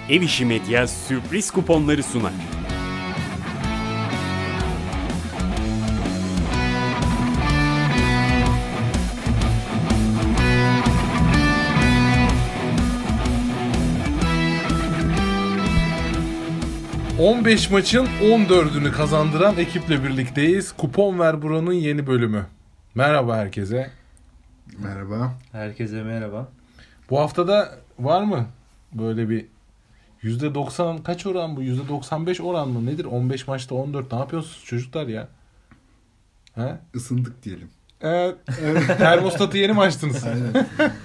Ev İşi Medya sürpriz kuponları sunar. ...15 maçın 14'ünü kazandıran ekiple birlikteyiz. Kupon Ver Buranın yeni bölümü. Merhaba herkese. Merhaba. Herkese merhaba. Bu haftada var mı böyle bir %90 kaç oran bu? %95 oran mı? Nedir? 15 maçta 14. Ne yapıyorsunuz çocuklar ya? He? Isındık diyelim. Evet. Termostatı yeni mi açtınız? Aynen.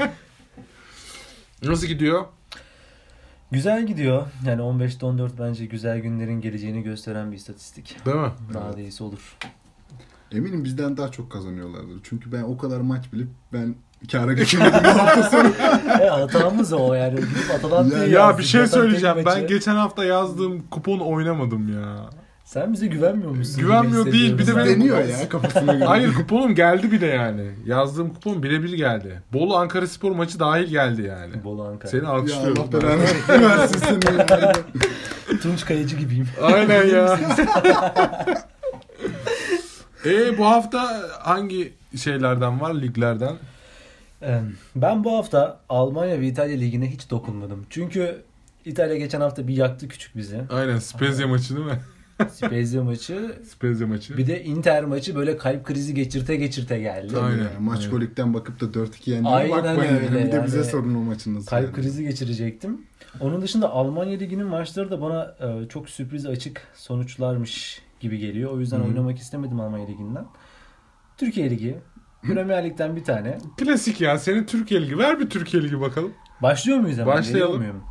Nasıl gidiyor? Güzel gidiyor. Yani 15'te 14 bence güzel günlerin geleceğini gösteren bir istatistik. Değil mi? Daha da iyisi olur. Eminim bizden daha çok kazanıyorlardır. Çünkü ben o kadar maç bilip ben kâra geçemedim bu hafta sonu. Hatamız o yani. Gidip Atalanta'yı Ya bir şey yazdık. söyleyeceğim. Zaten tek Ben maçı. geçen hafta yazdığım kupon oynamadım ya. Sen bize güvenmiyor musun? Güvenmiyor gibi değil, bir de hissediyorum benim- ben. Deniyor ya kafasına göre. Hayır, kuponum geldi bile yani. Yazdığım kupon birebir geldi. Bolu Ankaraspor maçı dahil geldi yani. Bolu Ankara. Seni Ya alkışlıyorum. Allah belanı versin seni. Tunç Kayıcı gibiyim. Aynen ya. Bu hafta hangi şeylerden var, liglerden? Ben bu hafta Almanya ve İtalya Ligi'ne hiç dokunmadım. Çünkü İtalya geçen hafta bir yaktı küçük bizi. Aynen, Spezia maçı değil mi? Spezia maçı. Spezia maçı. Bir de Inter maçı böyle kalp krizi geçirte geldi. Aynen. Yani maç Aynen. golikten bakıp da 4-2 yendiğine Aynen bakmayın. öyle Bir de bize yani. sorun o maçın nasıl. Kalp yani. krizi geçirecektim. Onun dışında Almanya Ligi'nin maçları da bana çok sürpriz açık sonuçlarmış gibi geliyor. O yüzden oynamak istemedim Almanya Ligi'nden. Türkiye Ligi, Premier Lig'den bir tane. Klasik ya. Senin Türkiye Ligi. Ver bir Türkiye Ligi bakalım. Başlıyor muyuz hemen? Başlayalım. Veriyor muyum?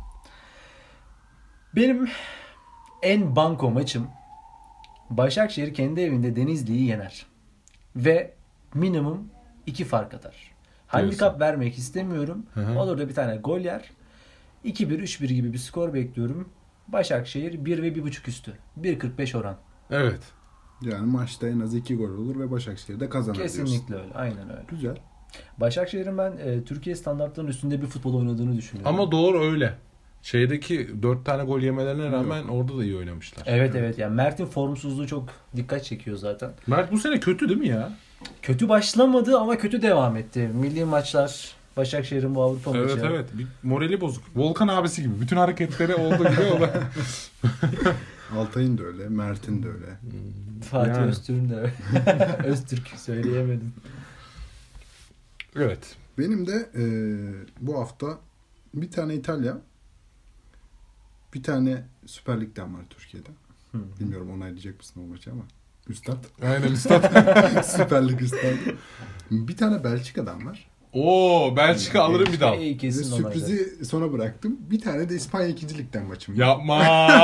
Benim en banko maçım Başakşehir kendi evinde Denizli'yi yener. Ve minimum 2 fark atar. Handikap vermek istemiyorum. Hı hı. Olur da bir tane gol yer. 2-1, 3-1 gibi bir skor bekliyorum. Başakşehir 1 ve 1.5 üstü. 1.45 oran. Evet. Yani maçta en az 2 gol olur ve Başakşehir de kazanır diyorsun. Kesinlikle öyle. Aynen öyle. Güzel. Başakşehir'in ben Türkiye standartlarının üstünde bir futbol oynadığını düşünüyorum. Ama doğru öyle. Şeydeki 4 tane gol yemelerine rağmen orada da iyi oynamışlar. Evet. Yani Mert'in formsuzluğu çok dikkat çekiyor zaten. Mert bu sene kötü değil mi ya? Kötü başlamadı ama kötü devam etti. Milli maçlar, Başakşehir'in bu Avrupa maçı. Evet. Bir morali bozuk. Volkan abisi gibi. Bütün hareketleri olduğu gibi o da. Altay'ın da öyle, Mert'in de öyle. Fatih Yani. Öztürk'ün de Öztürk söyleyemedim. Evet. Benim de bu hafta bir tane İtalya, bir tane Süper Lig'den var Türkiye'de. Bilmiyorum onaylayacak mısın o maçı ama. Üstad. Aynen üstad. Süper Lig üstadı. Bir tane Belçika'dan var. Oo, Belçika alırım bir dal. İyi Ve kesin onaylar. sürprizi sona bıraktım. Bir tane de İspanya 2. Lig'den maçım var. Yapma.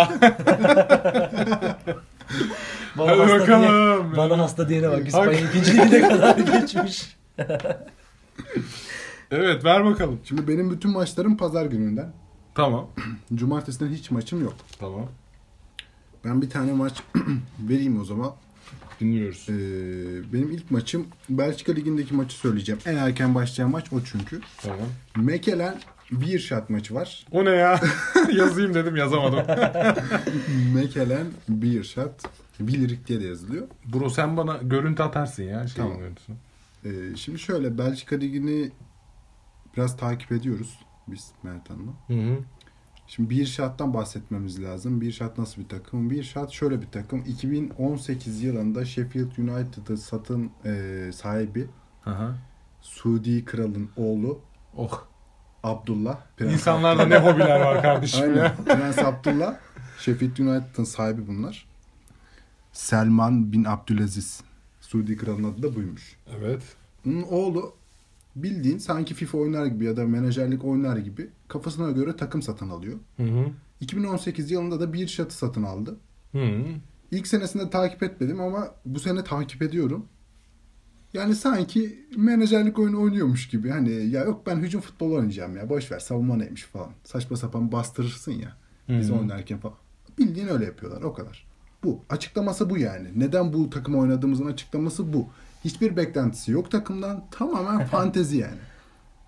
Bana Hadi hasta bakalım. Diye, bana hasta diyene bak. İspanya 2. Lig'e kadar geçmiş. Evet, ver bakalım. Şimdi benim bütün maçlarım pazar gününden. Tamam. Cumartesiden hiç maçım yok. Tamam. Ben bir tane maç vereyim o zaman. Dinliyoruz. Benim ilk maçım Belçika Ligi'ndeki maçı söyleyeceğim. En erken başlayan maç o çünkü. Tamam. Mekelen Beerschot maçı var. O ne ya? Yazayım dedim, yazamadım. Mekelen Beerschot. Bilirik diye de yazılıyor. Bro sen bana görüntü atarsın ya. Tamam. Görüntüsü. Şimdi şöyle Belçika Ligi'ni biraz takip ediyoruz biz Mert Hanım'la. Hı. Şimdi Beerschot'tan bahsetmemiz lazım. Beerschot nasıl bir takım? Beerschot şöyle bir takım. 2018 yılında Sheffield United'ı satın sahibi Aha. Suudi kralın oğlu Oh. Abdullah. Prens İnsanlarda ne hobiler var kardeşim Aynen. ya. Prens Abdullah. Sheffield United'ın sahibi bunlar. Selman bin Abdülaziz. Suudi kralın adı da buymuş. Evet. Bunun oğlu bildiğin sanki FIFA oynar gibi ya da menajerlik oynar gibi kafasına göre takım satın alıyor. Hı hı. 2018 yılında da Beerschot'ı satın aldı. Hı. İlk senesinde takip etmedim ama bu sene takip ediyorum. Yani sanki menajerlik oyunu oynuyormuş gibi. Hani ya yok ben hücum futbolu oynayacağım ya. Boş ver savunma neymiş falan. Saçma sapan bastırırsın ya. Biz oynarken falan. Bildiğin öyle yapıyorlar o kadar. Bu. Açıklaması bu yani. Neden bu takım oynadığımızın açıklaması bu. Hiçbir beklentisi yok takımdan. Tamamen fantezi yani.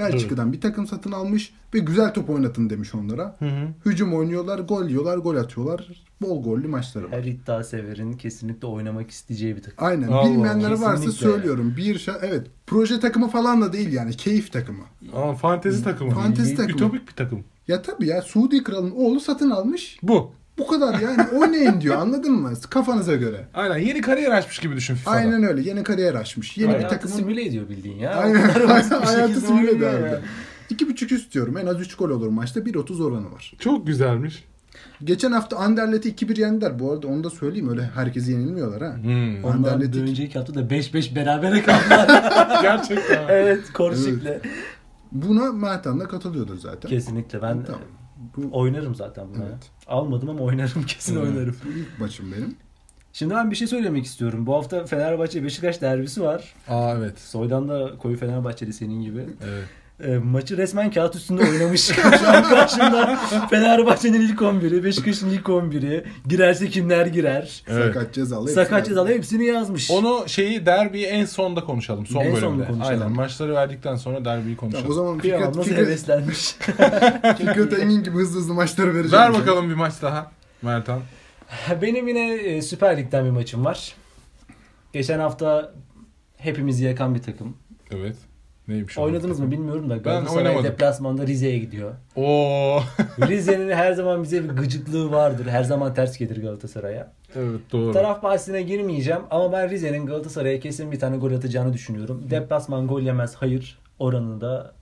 Belçika'dan bir takım satın almış ve güzel top oynatın demiş onlara. Hücum oynuyorlar, gol yiyorlar, gol atıyorlar. Bol gollü maçları var. Her iddia severin kesinlikle oynamak isteyeceği bir takım. Aynen. Allah Bilmeyenler Allah. varsa Kesinlikle. söylüyorum. Evet. Proje takımı falan da değil yani. Keyif takımı. Aa, fantezi takımı. Fantezi takımı. Ütopik bir takım. Ya tabii ya. Suudi kralın oğlu satın almış. Bu. Bu kadar yani. Oynayın diyor. Anladın mı? Kafanıza göre. Aynen yeni kariyer açmış gibi düşün FIFA'da. Aynen öyle. Yeni kariyer açmış. Yeni bir Hayatı takımın... simüle ediyor bildiğin ya. Aynen. O kadar basit bir Hayatı şekilde simüle oynuyor ediyor. ya. 2.5 üst diyorum. En az 3 gol olur maçta. 1.30 oranı var. Çok güzelmiş. Geçen hafta Anderlet'i 2-1 yendiler. Bu arada onu da söyleyeyim. Öyle herkesi yenilmiyorlar ha. Ondan Anderlet'i bir önceki hafta da 5-5 berabere kaldılar. Gerçekten. Evet, Korsik'le. Buna Mertan da katılıyordur zaten. Kesinlikle ben Tamam. Bu oynarım zaten buna. Evet. Almadım ama oynarım, kesin oynarım. bu ilk maçım benim. Şimdi ben bir şey söylemek istiyorum. Bu hafta Fenerbahçe Beşiktaş derbisi var. Aa evet. Soydan da koyu Fenerbahçeli senin gibi. Evet. Maçı resmen kağıt üstünde oynamış. Şu an karşımda Fenerbahçe'nin ilk 11'i, Beşiktaş'ın ilk 11'i. Girerse kimler girer? Evet. Sakat cezalı. Sakat cezalı hepsini yazmış. Onu derbiyi en sonda konuşalım. Son En bölümde. sonda konuşalım. Aynen. Maçları verdikten sonra derbiyi konuşalım. Tamam, o zaman Kıyamam, nasıl Fikret heveslenmiş. Emin gibi hızlı maçları vereceğim. Ver bakalım bir maç daha. Mertan. Benim yine Süper Lig'den bir maçım var. Geçen hafta hepimizi yakan bir takım. Evet. Neymiş o? Oynadınız mı bilmiyorum da Galatasaray oynamadım. deplasmanda Rize'ye gidiyor. Oo. Rize'nin her zaman bize bir gıcıklığı vardır. Her zaman ters gelir Galatasaray'a. Evet doğru. Taraf bahsine girmeyeceğim ama ben Rize'nin Galatasaray'a kesin bir tane gol atacağını düşünüyorum. Deplasman gol yemez hayır oranı da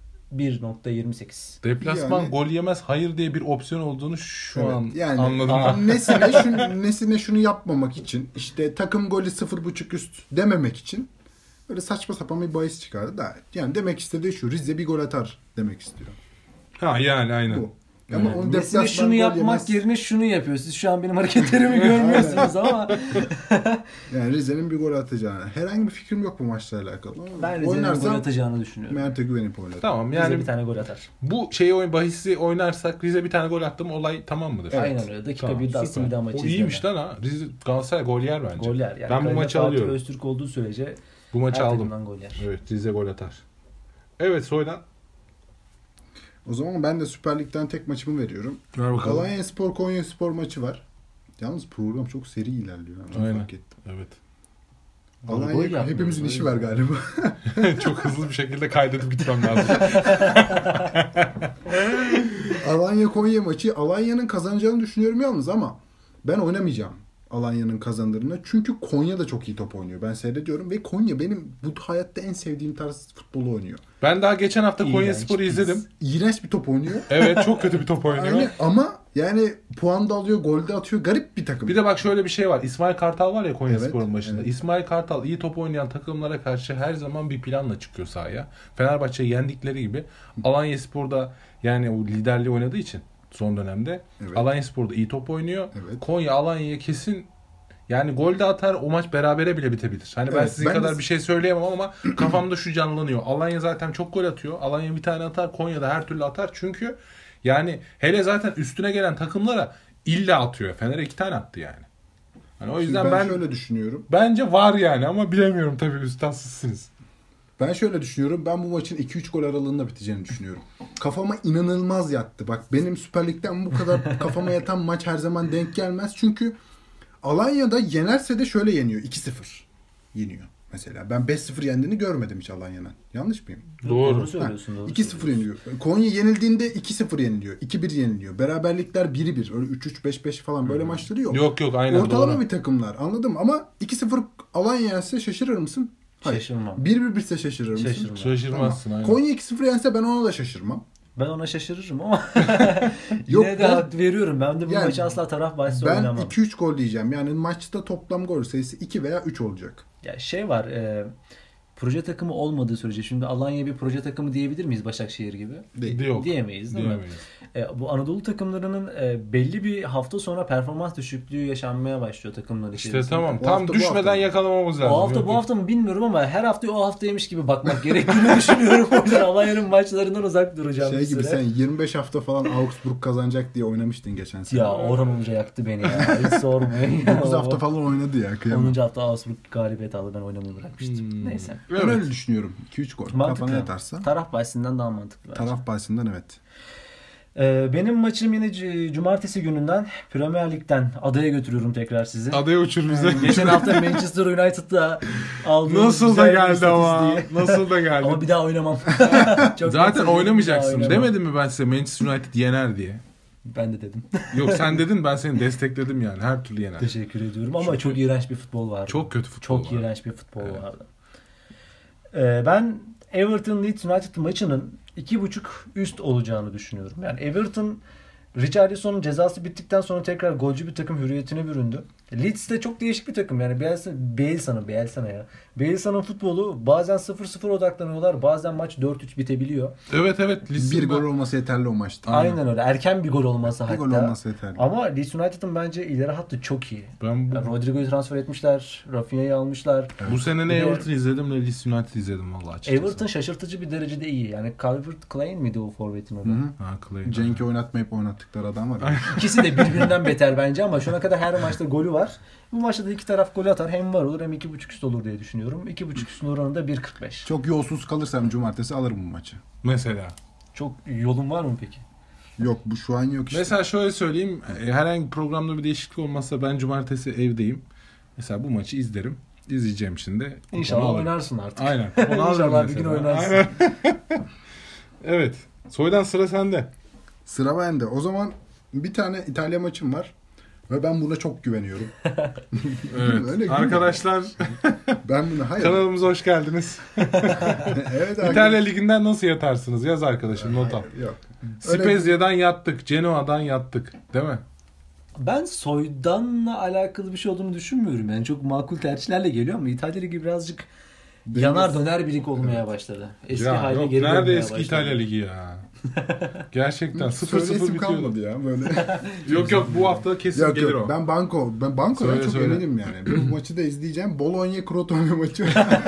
1.28. Deplasman Yani- gol yemez hayır diye bir opsiyon olduğunu şu Evet, an yani anladım. ben. nesine şunu yapmamak için, işte takım golü 0.5 üst dememek için böyle saçma sapan bir bahis çıkardı da, yani demek istediği şu: Rize bir gol atar demek istiyor. Ha yani aynen. Bu. Ama onu Nesine deplasman şunu gol yapmak yemez. yerine şunu yapıyor. Siz şu an benim hareketlerimi görmüyorsunuz ama Yani Rize'nin bir gol atacağını. Herhangi bir fikrim yok bu maçla alakalı. Ama ben Rize'nin gol oynarsam atacağını düşünüyorum. Mert'e güvenip oynarım. Tamam Rize yani bir tane gol atar. bu bahisi oynarsak Rize bir tane gol attı mı olay tamam mıdır? Aynen öyle. Dakika Tamam, bir de aslında bir daha maçı O iyiymiş izleme. lan ha. Rize Galatasaray gol yer bence. Gol yer. Yani Ben bu kalede maçı Fatih alıyorum. Öztürk olduğu sürece Bu maçı her aldım. takımdan gol yer. Evet Rize gol atar. Evet Soydan. O zaman ben de Süper Lig'den tek maçımı veriyorum. Ver bakalım. Alanyaspor Konyaspor maçı var. Yalnız program çok seri ilerliyor. Onu Aynen. fark ettim. Evet. Gol Alanya yapmıyoruz, hepimizin o işi yüzden. var galiba. Çok hızlı bir şekilde kaydedip gitmem lazım. Alanya Konya maçı. Alanya'nın kazanacağını düşünüyorum yalnız ama ben oynamayacağım Alanya'nın kazandığını. Çünkü Konya da çok iyi top oynuyor. Ben seyrediyorum ve Konya benim bu hayatta en sevdiğim tarz futbolu oynuyor. Ben daha geçen hafta İğrenç Konyaspor'u biz. izledim. İğrenç bir top oynuyor. Evet çok kötü bir top oynuyor. Yani ama yani puan da alıyor, gol de atıyor. Garip bir takım. Bir de bak şöyle bir şey var. İsmail Kartal var ya Konyaspor'un Evet, başında. evet. İsmail Kartal iyi top oynayan takımlara karşı her zaman bir planla çıkıyor sahaya. Fenerbahçe'yi yendikleri gibi Alanyaspor'da yani o liderliği oynadığı için son dönemde Evet. Alanyaspor'da iyi top oynuyor. Evet. Konya Alanya'ya kesin yani gol de atar, o maç berabere bile bitebilir. Hani ben Evet, sizin ben kadar de- bir şey söyleyemem ama kafamda şu canlanıyor. Alanya zaten çok gol atıyor. Alanya bir tane atar, Konya da her türlü atar. Çünkü yani hele zaten üstüne gelen takımlara illa atıyor. Fener'e 2 tane attı yani. Hani o Şimdi yüzden ben şöyle düşünüyorum. bence var yani ama bilemiyorum tabii üstadsızsınız. Ben şöyle düşünüyorum. Ben bu maçın 2-3 gol aralığında biteceğini düşünüyorum. Kafama inanılmaz yattı. Bak benim Süper Lig'den bu kadar kafama yatan maç her zaman denk gelmez. Çünkü Alanya'da yenerse de şöyle yeniyor. 2-0 yeniyor mesela. Ben 5-0 yendiğini görmedim hiç Alanya'nın. Yanlış mıyım? Doğru. söylüyorsun. Doğru 2-0 söylüyorsun. yeniliyor. Konya yenildiğinde 2-0 yeniliyor. 2-1 yeniliyor. Beraberlikler 1-1. Öyle 3-3, 5-5 falan böyle maçları yok. Yok aynen Ortalama doğru. bir takımlar. Anladım ama 2-0 Alanya yense şaşırır mısın? Hayır. Şaşırmam. 1-1 bitse şaşırır mısın? Şaşırmam. Şaşırmazsın Tamam. aynen. Konya 2-0 yense ben ona da şaşırmam. Ben ona şaşırırım ama Yok, yine de ben- hak veriyorum. Ben de bu Yani maçı asla taraf bahsi Ben oynamam. 2-3 gol diyeceğim. Yani maçta toplam gol sayısı 2 veya 3 olacak. Ya şey var, proje takımı olmadığı sürece şimdi Alanya bir proje takımı diyebilir miyiz Başakşehir gibi? Değil. Yok. Diyemeyiz değil mi? Diyemeyiz. Bu Anadolu takımlarının belli bir hafta sonra performans düşüklüğü yaşanmaya başlıyor takımlar İşte içerisinde. tamam. O Tam hafta, bu düşmeden hafta. yakalamamız lazım. O hafta Yok, bu yok. hafta mı bilmiyorum ama her hafta o haftaymış gibi bakmak gerektiğini düşünüyorum. O yüzden Alanya'nın maçlarından uzak duracağım Şey bir gibi süre. sen 25 hafta falan Augsburg kazanacak diye oynamıştın geçen sene. Ya Orhan Hoca yaktı beni ya. Hiç sormayın. 9 hafta falan oynadı ya. 10. Kıyamam. hafta Augsburg galibiyet aldı. Ben oynamayı bırakmıştım. Neyse. Ben öyle düşünüyorum. 2-3 gol. Kafana Mantıklı. yatarsa. Taraf bahsinden daha mantıklı. bence. Taraf bahsinden evet. Benim maçım yine cumartesi gününden Premier Lig'den adaya götürüyorum tekrar sizi. Adaya uçur bize. Geçen hafta Manchester United'da aldığımız Nasıl da güzel bir geldi ama. istatistiği. Nasıl da geldi. Ama bir daha oynamam. Çok Zaten net oynamayacaksın. söyleyeyim, bir daha Demedim mi ben size Manchester United yener diye? Ben de dedim. Yok sen dedin, ben seni destekledim yani. Her türlü yener. Teşekkür ediyorum ama çok iğrenç bir futbol vardı. Çok kötü futbol Çok var. iğrenç bir futbol Evet. vardı. Ben Everton Leeds United maçının 2.5 üst olacağını düşünüyorum. Yani Everton Richarlison'un cezası bittikten sonra tekrar golcü bir takım hürriyetine büründü. Leeds de çok değişik bir takım yani. Bielsa'nın futbolu bazen 0-0 odaklanıyorlar. Bazen maç 4-3 bitebiliyor. Evet evet. Bir gol olması yeterli o maçta. Aynen öyle. Erken bir gol olması Bir hatta. gol olması yeterli. Ama Leeds United'ın bence ileri hattı çok iyi. Ben bu, Yani Rodrigo'yu transfer etmişler. Rafinha'yı almışlar. bu sene ne Bir de- Everton izledim ne Leeds United izledim vallahi açıkçası. Everton şaşırtıcı bir derecede iyi. Yani Calvert-Lewin miydi o forvetin orada? Hı hı. Ha, Clay. Cenk'i oynatmayıp oynattıkları adam var ya. İkisi de birbirinden beter bence ama şuna kadar her maçta golü var. Bu maçta da iki taraf gol atar. Hem var olur hem 2.5 üst olur diye düşünüyorum. 2.5 üstün oranı da 1.45. Çok yolsuz kalırsam cumartesi alırım bu maçı. Mesela. Çok yolun var mı peki? Yok bu şu an yok işte. Mesela şöyle söyleyeyim. Herhangi bir programda bir değişiklik olmazsa ben cumartesi evdeyim. Mesela bu maçı izlerim. İzleyeceğim şimdi. İnşallah Kuponu alırım. oynarsın artık. Aynen. Kuponu alırım İnşallah bir gün mesela. oynarsın. Aynen. Evet. Soydan sıra sende. Sıra bende. O zaman bir tane İtalya maçım var. Ve ben buna çok güveniyorum. Evet. Öyle gülme. Arkadaşlar Ben buna hayır. kanalımıza hoş geldiniz. Evet İtalya Ligi'nden nasıl yatarsınız? Yaz arkadaşım not al. Yok. Öyle- Spezia'dan yattık. Genoa'dan yattık. Değil mi? Ben soydanla alakalı bir şey olduğunu düşünmüyorum. Yani çok makul tercihlerle geliyor ama İtalya Ligi birazcık yanar döner bir lig olmaya başladı. Eski Ya haline yok, geri nerede dönmeye eski başladı. İtalya Ligi ya? Gerçekten 0-0 Söyleyesim bitiyordu. kalmadı ya böyle. Yok bu hafta kesin Yok gelir yok o. ben bankodan Söyle, çok söyle. eminim yani. Bu maçı da izleyeceğim. Bologna Crotone maçı.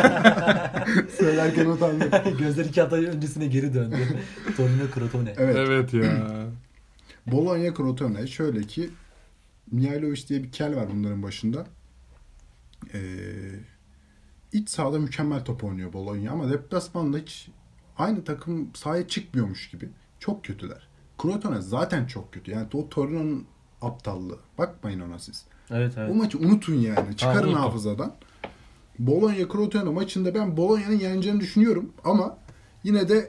Söylerken utandım. Gözler 2 hafta öncesine geri döndü. Torino Crotone. Evet. Evet ya. Bologna Crotone şöyle ki Mihailovic diye bir kel var bunların başında. İç sahada mükemmel top oynuyor Bologna ama deplasmanda hiç aynı takım sahaya çıkmıyormuş gibi. Çok kötüler. Crotone zaten çok kötü. Yani o Torino'nun aptallığı. Bakmayın ona siz. Evet evet. O maçı unutun yani. Çıkarın unuttum. hafızadan. Bologna Crotone maçında ben Bologna'nın yeneceğini düşünüyorum ama yine de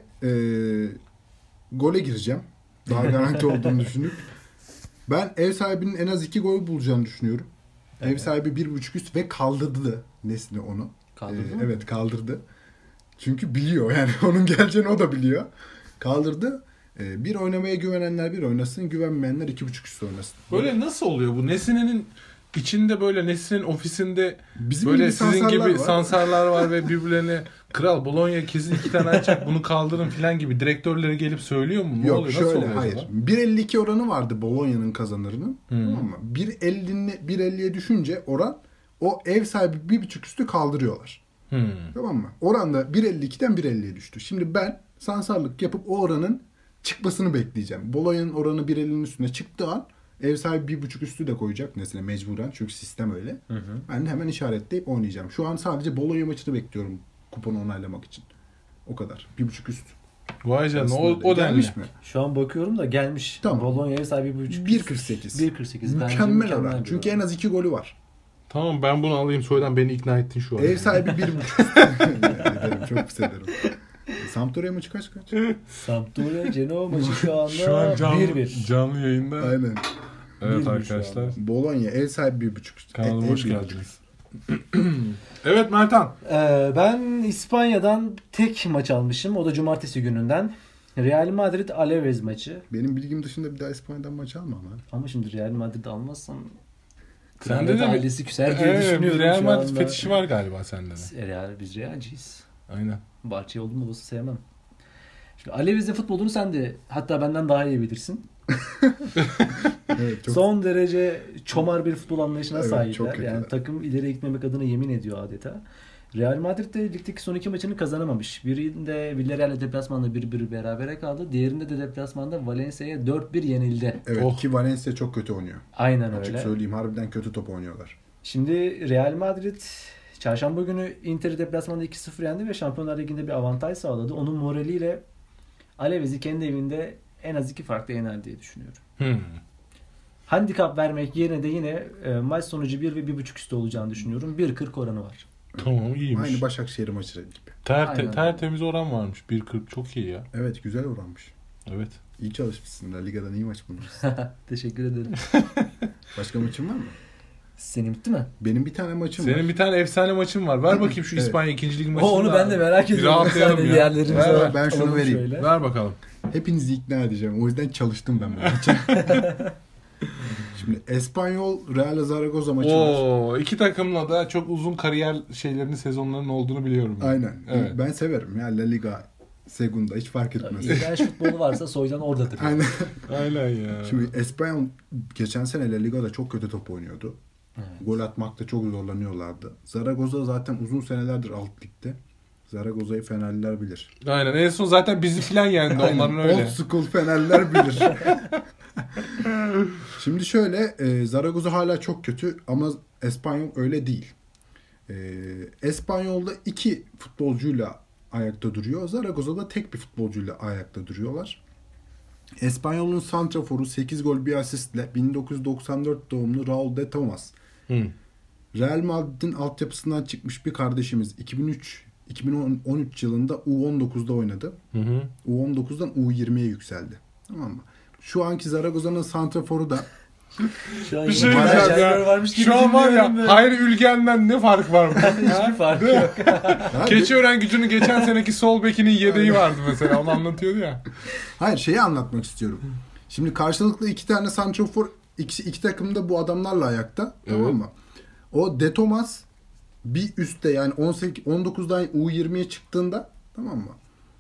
gole gireceğim. Daha garanti olduğunu düşünüp. Ben ev sahibinin en az 2 gol bulacağını düşünüyorum. Evet. Ev sahibi 1.5 üst ve kaldırdı Nesli onu. Kaldırdı mı? Evet kaldırdı. Çünkü biliyor yani onun geleceğini o da biliyor. Kaldırdı. Bir oynamaya güvenenler bir oynasın, güvenmeyenler 2.5 üst oynasın. Böyle nasıl oluyor bu? Nesine'nin içinde böyle Nesine'nin ofisinde Bizim böyle gibi sizin sansarlar gibi var. sansarlar var ve birbirlerine kral Bologna kesin 2 tane açacak bunu kaldırın falan gibi direktörlere gelip söylüyor mu? Ne Yok oluyor? Nasıl şöyle oluyor hayır. acaba? 1.52 oranı vardı Bologna'nın kazanırının. Tamam mı? 1.50'ye düşünce oran o ev sahibi 1.5 üstü kaldırıyorlar. Tamam mı? Oran da 1.52'den 1.50'ye düştü. Şimdi ben sansarlık yapıp o oranın çıkmasını bekleyeceğim. Bologna'nın oranı 1.50'nin üstüne çıktığı an ev sahibi 1.5 üstü de koyacak mesela mecburen. Çünkü sistem öyle. Ben de hemen işaretleyip oynayacağım. Şu an sadece Bologna maçını bekliyorum kuponu onaylamak için. O kadar. 1.5 üst. Vay canına Aslında o denli. gelmiş mi? Şu an bakıyorum da gelmiş. Tamam. Bologna ev sahibi 1.5. 1.48. 1.48. Bence Mükemmel oran. bir Çünkü oran. en az 2 golü var. Tamam ben bunu alayım soydan beni ikna ettin şu an. Ev sahibi 1.5. Ederim, çok pis ederim. Sampdoria maçı kaç? Sampdoria Genoa maçı şu anda Şu an 1-1. canlı yayında. Aynen. Evet 1-1 arkadaşlar. Bologna ev sahibi 1.5. Kanalıma Ev hoş 1.5. geldiniz. Evet Mertan. Ben İspanya'dan tek maç almışım. O da cumartesi gününden. Real Madrid Alaves maçı. Benim bilgim dışında bir daha İspanya'dan maç alma ama. Ama şimdi Real Madrid almazsam Sende Kraliyet de mi? ailesi küser diye Evet, düşünüyorum Real şu Madrid anda. fetişi var galiba sende de. Biz Realciyiz. Aynen. Barça'yı oldum babası sevmem. Aleviz'in futbolunu sen de hatta benden daha iyi bilirsin. Evet, çok Son derece çomar bir futbol anlayışına Evet, çok sahipler. kötüler. Yani takım ileriye gitmemek adına yemin ediyor adeta. Real Madrid de ligdeki son 2 maçını kazanamamış. Birinde Villarreal'le deplasmanda 1-1 berabere kaldı. Diğerinde de deplasmanda Valencia'ya 4-1 yenildi. Evet ki Valencia çok kötü oynuyor. Aynen Açık öyle. söyleyeyim, harbiden kötü top oynuyorlar. Şimdi Real Madrid çarşamba günü Inter'i deplasmanda 2-0 yendi ve Şampiyonlar Ligi'nde bir avantaj sağladı. Onun moraliyle Alaves'i kendi evinde en az 2 farkla yener diye düşünüyorum. Handikap vermek yerine de yine maç sonucu 1 ve 1.5 üstü olacağını düşünüyorum. 1.40 oranı var. Tamam, iyiymiş. Aynı Başakşehir maçı gibi. Aynen. Tertemiz oran varmış. 1.40 çok iyi ya. Evet, güzel oranmış. Evet. İyi çalışmışsın. La Liga'dan iyi maç bulmuşsun. Teşekkür ederim. Başka maçın var mı? Senin bitti mi? Benim bir tane maçım var. Senin bir tane efsane maçın var. Ver bakayım şu Evet. İspanya 2. Lig maçını. Onu ben de merak Bir ediyorum. rahatlayalım Sen de ya. diğerlerimize Ver, ben şunu alalım vereyim. şöyle. Ver bakalım. Hepinizi ikna edeceğim. O yüzden çalıştım ben bu maçı. Şimdi Espanyol Real Zaragoza maçı var. Oo, iki takımla da çok uzun kariyer sezonlarının olduğunu biliyorum. Aynen. Evet. Ben severim ya, La Liga, Segunda hiç fark etmez. İğrenç futbolu varsa soydan oradadır. Aynen. Aynen ya. Şimdi Espanyol geçen sene La Liga'da çok kötü top oynuyordu. Evet. Gol atmakta çok zorlanıyorlardı. Zaragoza zaten uzun senelerdir alt ligde. Zaragoza'yı Fenerliler bilir. Aynen. En son zaten bizi filan yendi onların Old öyle. school Fenerliler bilir. Şimdi şöyle, Zaragoza hala çok kötü ama Espanyol öyle değil. Espanyol'da 2 futbolcuyla ayakta duruyor. Zaragoza'da tek bir futbolcuyla ayakta duruyorlar. Espanyol'un santraforu 8 gol bir asistle 1994 doğumlu Raul de Tomas. Hı. Real Madrid'in altyapısından çıkmış bir kardeşimiz 2013 yılında U19'da oynadı. Hı hı. U19'dan U20'ye yükseldi. Tamam mı? Şu anki Zaragoza'nın santraforu da Şu an Bir şey yine diyeceğim Baraj ya. varmış gibi Şu an var dinliyorum ya ben. Hayri Ülgen'den ne fark var mı? Hiçbir farkı yok. Keçiören Gücü'nün geçen seneki sol bekinin yedeği vardı mesela. Onu anlatıyordu ya. Hayır, şeyi anlatmak istiyorum. Şimdi karşılıklı 2 tane santrafor, iki takım da bu adamlarla ayakta. Tamam mı? O De Tomas bir üstte, yani 19'dan U20'ye çıktığında, tamam mı?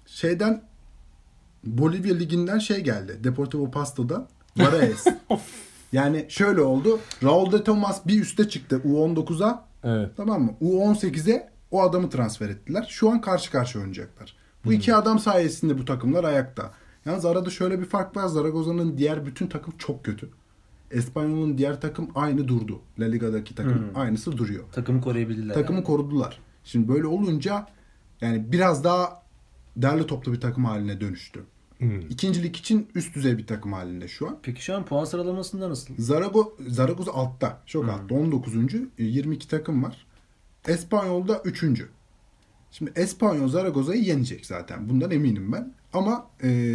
Bolivya liginden geldi. Deportivo Pasto'da Varaes. Yani şöyle oldu. Raul De Tomas bir üste çıktı U19'a. Evet. Tamam mı? U18'e o adamı transfer ettiler. Şu an karşı karşıya oynayacaklar. Bu iki adam sayesinde bu takımlar ayakta. Yalnız arada şöyle bir fark var. Zaragoza'nın diğer bütün takım çok kötü. Espanyol'un diğer takım aynı durdu. La Liga'daki takım aynısı duruyor. Takımı koruyabildiler. Takımı korudular. Şimdi böyle olunca yani biraz daha derli toplu bir takım haline dönüştü. İkincilik için üst düzey bir takım halinde şu an. Peki şu an puan sıralamasında nasıl? Zaragoza altta. Çok altta. 19. 22 takım var. Espanyol'da 3. Şimdi Espanyol Zaragoza'yı yenecek zaten. Bundan eminim ben. Ama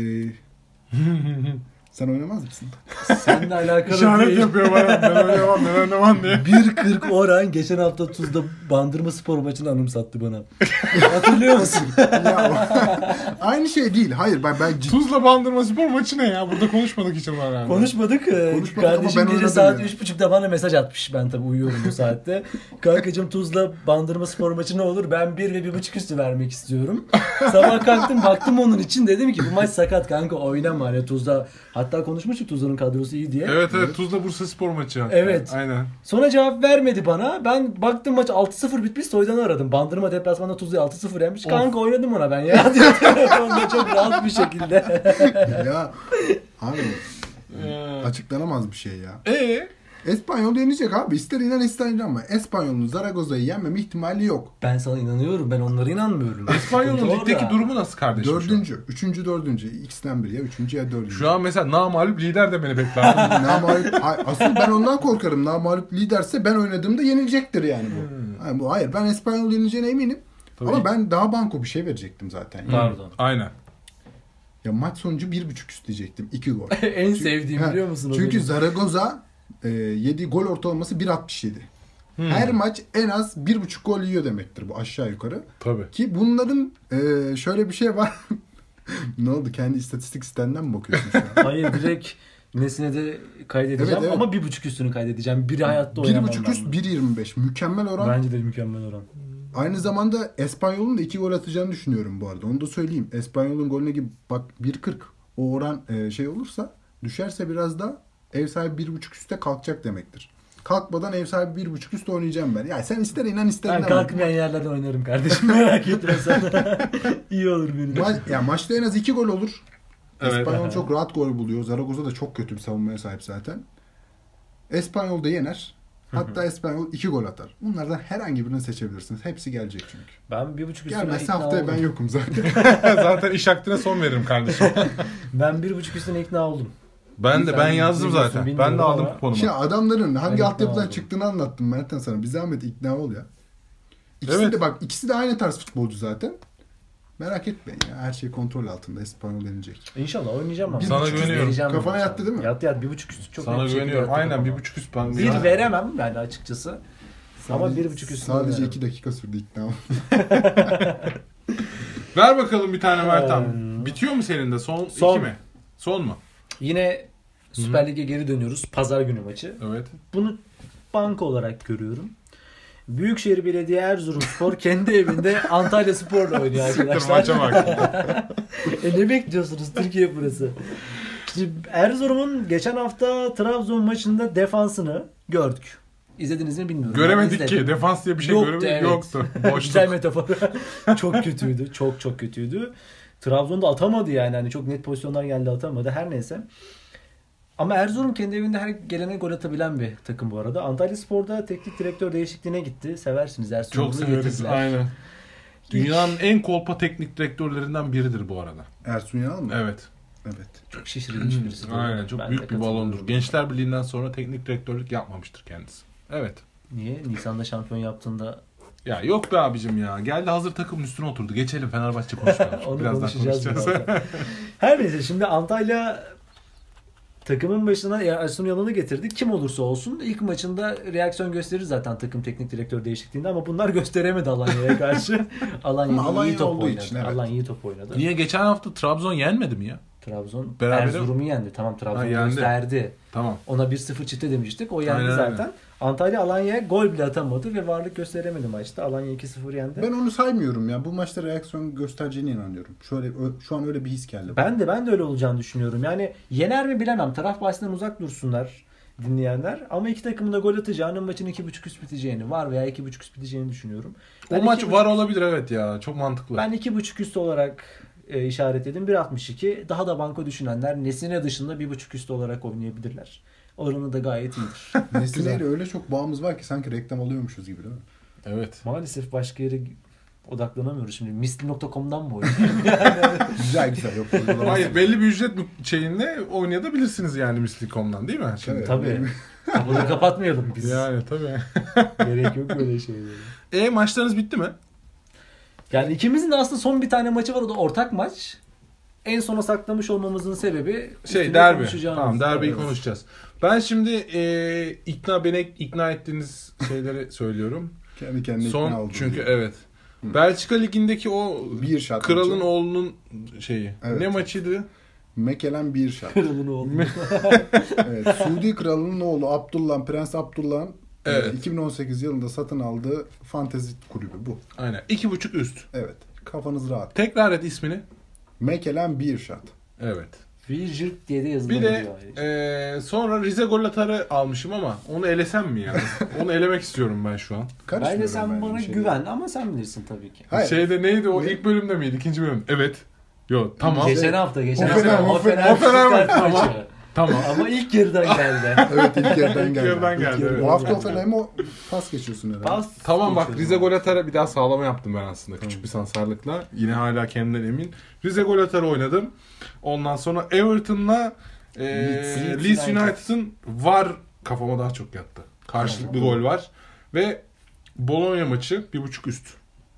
sen oynamaz mısın? Seninle alakalı İşaret değil. yapıyor bana. Ben oynamam diye. 1.40 oran geçen hafta Tuzla Bandırma Spor maçını anımsattı bana. Hatırlıyor musun? Aynı şey değil. Hayır, ben Tuzla Bandırma Spor maçı ne ya? Burada konuşmadık hiç ama herhalde. Konuşmadık. Konuşmadık ama Kardeşim ben gece oynadım saat yani. 3.30'da bana mesaj atmış. Ben tabii uyuyorum bu saatte. Kankacığım Tuzla Bandırma Spor maçı ne olur? Ben 1 ve 1.5 üstü vermek istiyorum. Sabah kalktım baktım onun için, dedim ki bu maç sakat kanka, oynama. Hani Tuzla, hatta konuşmuştuk Tuzla'nın kadrosu iyi diye. Evet Tuzla Bursa Spor maçı. Evet. Aynen. Sonra cevap vermedi bana. Ben baktım maç 6-0 bitmiş, Soydan'ı aradım. Bandırma deplasmanda Tuzla'yı 6-0 yenmiş. Kanka oynadım ona ben ya diyor telefonda çok rahat bir şekilde. ya abi açıklanamaz bir şey ya. Ee? Espanyol yenecek abi. İster inan ister inanma. Espanyol'un Zaragoza'yı yenmeme ihtimali yok. Ben sana inanıyorum. Ben onlara inanmıyorum. İspanyol'un Doğru ligdeki ya. durumu nasıl kardeşim? Şu an? 4. 3. 4. İkisinden biri, ya 3. ya 4. Şu an mesela namağlup lider de beni bekler. Asıl ben ondan korkarım. Namalup liderse ben oynadığımda yenilecektir yani bu. Hayır, ben Espanyol yenileceğine eminim. Tabii. Ama ben daha banko bir şey verecektim zaten. Pardon. Aynen. Ya maç sonucu 1.5 üst diyecektim. 2 gol. En sevdiğim Ha, biliyor musun? o Çünkü benim? Zaragoza yediği gol ortalaması 1.67. Her maç en az 1.5 gol yiyor demektir bu, aşağı yukarı. Tabii. Ki bunların şöyle bir şey var. Ne oldu? Kendi istatistik sisteminden mi bakıyorsun şu an? Hayır, direkt nesine de kaydedeceğim Evet. ama 1.5 üstünü kaydedeceğim. Biri hayatta oynamam 1.5 üst ben. 1.25. Mükemmel oran. Bence de mükemmel oran. Aynı zamanda Espanyol'un da 2 gol atacağını düşünüyorum bu arada. Onu da söyleyeyim. Espanyol'un golüne gibi bak 1.40 o oran şey olursa düşerse biraz da ev sahibi 1.5 üste kalkacak demektir. Kalkmadan ev sahibi 1.5 üst oynayacağım ben. Ya sen ister inan ister Ben inan. kalkmayan yerlerden oynarım kardeşim, merak etme sen. İyi olur benim için. Maçta en az 2 gol olur. Evet. Espanyol çok rahat gol buluyor. Zaragoza da çok kötü bir savunmaya sahip zaten. Espanyol da yener. Hatta Espanyol 2 gol atar. Bunlardan herhangi birini seçebilirsiniz. Hepsi gelecek çünkü. Ben 1.5 üstüne Gelmezse ikna haftaya oldum. ben yokum zaten. Zaten iş aklına son veririm kardeşim. Ben 1.5 üstüne ikna oldum. Ben Sen yazdım biliyorsun, zaten. bilmiyorum Ben de aldım ama- kuponumu. Şimdi adamların hangi Ben altyapıdan ikna oldum. çıktığını anlattım Mert'ten sana. Bir zahmet ikna ol ya. İkisi Evet. de bak ikisi de aynı tarz futbolcu zaten. Merak etmeyin ya. Her şey kontrol altında. Espanyol yenecek. İnşallah oynayacağım ama. Sana 1.5 üst güveniyorum. vereceğim Kafana bunu yattı sana. değil mi? Yattı 1.5 üst çok Sana net bir şekilde güveniyorum. yattı Aynen kafama. 1.5 üst ben. Bir veremem yani açıkçası. Ama 1.5 üstüne Sadece veririm. 2 dakika sürdü ikna ol. Ver bakalım bir tane Mertan. Ee, Bitiyor mu senin de? Son Son. 2 mi? Son mu? Yine Süper Lig'e geri dönüyoruz. Pazar günü maçı. Evet. Bunu banka olarak görüyorum. Büyükşehir Belediye Erzurumspor kendi evinde Antalya Spor'la oynuyor Siktir arkadaşlar. maça bak. Ne bekliyorsunuz? Türkiye burası. Şimdi Erzurum'un geçen hafta Trabzon maçında defansını gördük. İzlediniz mi bilmiyorum. Ben Göremedik izledim. ki. Defans diye bir şey Yoktu, göremedik. evet. Yoktu. Güzel Boşluk. metafor. Çok kötüydü. Çok kötüydü. Trabzon'da atamadı yani. Hani çok net pozisyonlar geldi atamadı. Her neyse. Ama Erzurum kendi evinde her gelene gol atabilen bir takım bu arada. Antalyaspor'da teknik direktör değişikliğine gitti. Seversiniz Erzurum'u Çok severiz. getirdiler. Aynen. Dünyanın en kolpa teknik direktörlerinden biridir bu arada. Ersun Yanal mı? Evet. Evet. Çok şişirilmiş birisi. Aynen. Çok Ben de büyük bir katılıyorum. balondur. Gençler Birliği'nden sonra teknik direktörlük yapmamıştır kendisi. Evet. Niye? Nisan'da şampiyon yaptığında Ya yok be abicim ya. Geldi hazır takımın üstüne oturdu. Geçelim Fenerbahçe konuşmayalım. onu Birazdan konuşacağız konuşacağız. birazdan. Her neyse şimdi Antalya takımın başına Ersun Yanal'ı getirdi. Kim olursa olsun ilk maçında reaksiyon gösterir zaten takım teknik direktör değişikliğinde ama bunlar gösteremedi Alanya'ya karşı. Alanya Ama iyi Alanya top olduğu oynadı. için, evet. Alanya iyi top oynadı. Niye geçen hafta Trabzon yenmedi mi ya? Trabzon Berabere- Erzurum'u yendi. Tamam Trabzon yendi. gösterdi. Tamam. Ona 1-0 çite demiştik. O yendi Aynen, zaten. aynen. Antalya Alanya'ya gol bile atamadı ve varlık gösteremedi maçta. Alanya 2-0 yendi. Ben onu saymıyorum ya. Bu maçta reaksiyon göstereceğine inanıyorum. Şu an öyle bir his geldi. Ben de öyle olacağını düşünüyorum. Yani yener mi bilemem. Taraf bahsinden uzak dursunlar dinleyenler. Ama iki takımın da gol atacağını, maçın 2.5 üst biteceğini, var veya 2.5 üst biteceğini düşünüyorum. O maç var olabilir evet ya. Çok mantıklı. Ben 2.5 üst olarak işaretledim. 1.62. Daha da banko düşünenler Nesine dışında 1.5 üst olarak oynayabilirler. Oranı da gayet iyidir. Nesli'yle öyle çok bağımız var ki sanki reklam alıyormuşuz gibi değil mi? Evet. Maalesef başka yere odaklanamıyoruz şimdi. Misli.com'dan mı oynuyor? Güzel güzel. Yok, Hayır belli bir ücret şeyinde oynayabilirsiniz yani Misli.com'dan değil mi? Şimdi. Evet. Tabii. Bunu kapatmayalım biz. Yani tabii. Gerek yok böyle şeylere. Maçlarınız bitti mi? Yani ikimizin de aslında son bir tane maçı var, o da ortak maç. En sona saklamış olmamızın sebebi üstüne Derbi. konuşacağımız. Tamam derbiyi Evet. konuşacağız. Ben şimdi beni ikna ettiğiniz şeyleri söylüyorum. Kendi kendine ikna Son oldum. çünkü evet. Belçika Ligi'ndeki o Bir şart kralın maçı. oğlunun şeyi. Evet. Ne maçıydı? Mekelen bir şart. Kralın oğlu. Evet, Suudi kralının oğlu Abdullah, Prens Abdullah'ın Evet. 2018 yılında satın aldığı fantezi kulübü bu. Aynen. 2.5 üst. Evet. Kafanız rahat. Tekrar et ismini. Mekelen bir şart. Evet. Virjik diye de yazılıyor. Bir de sonra Rize gol atarı almışım ama onu elesem mi yani? Onu elemek istiyorum ben şu an. Karışmıyorum Bence sen ben bana bir şeye. güven ama sen bilirsin tabii ki. Hayır. Şeyde neydi o Ne? ilk bölümde miydi? İkinci bölüm. Evet. Yok tamam. Geçen hafta. O Fener Stuttgart tamam. maçı. Tamam. Ama ilk yarıdan geldi. Evet ilk yerden İlk geldi. yerden geldi, evet. Bu hafta o Fener'e o pas geçiyorsun herhalde. Pas Tamam bak geçiyoruz Rize ama. gol atarı bir daha sağlama yaptım ben aslında. Küçük bir sansarlıkla. Yine hala kendimden emin. Rize gol atarı oynadım. Ondan sonra Everton'la Leeds United'ın var kafama daha çok yattı. Karşılıklı bir gol var. Ve Bologna maçı 1.5 üst.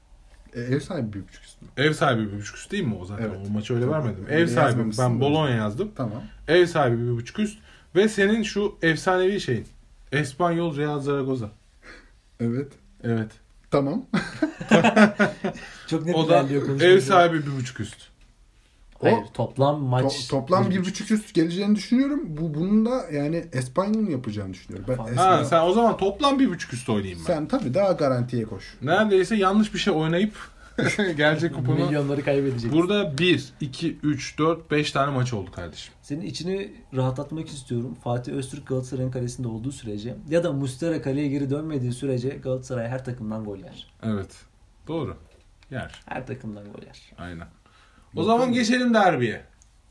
Ev sahibi 1.5 üstü. Ev sahibi 1.5 üst değil mi o zaten? Evet. O maçı öyle vermedim. Öyle Ev sahibi yazmamışsın ben da. Bologna yazdım. Tamam. Ev sahibi 1.5 üst. Ve senin şu efsanevi şeyin. Espanyol Real Zaragoza. Evet. Evet. Tamam. Çok net O da ilerliyor konuşmamız. ev sahibi 1.5 üst. Hayır, toplam maç. Toplam 1.5 üst geleceğini düşünüyorum. Bunun da yani Espanyol'un yapacağını düşünüyorum. Ha, sen o zaman toplam 1.5 üst oynayayım ben. Sen tabii daha garantiye koş. Neredeyse yanlış bir şey oynayıp gelecek kuponu. Milyonları kaybedecek. Burada 1, 2, 3, 4, 5 tane maç oldu kardeşim. Senin içini rahatlatmak istiyorum. Fatih Öztürk Galatasaray'ın kalesinde olduğu sürece ya da Muslera kaleye geri dönmediği sürece Galatasaray her takımdan gol yer. Evet. Doğru. Yer. Her takımdan gol yer. Aynen. O zaman geçelim derbiye.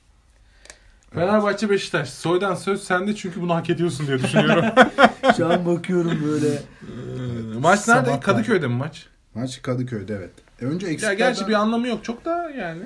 Fenerbahçe Beşiktaş. Soydan söz sende çünkü bunu hak ediyorsun diye düşünüyorum. Şu an bakıyorum böyle. Maç nerede? Sabah Kadıköy'de mi maç? Maç Kadıköy'de evet. Önce Ya eksiklerden... gerçi bir anlamı yok çok da yani.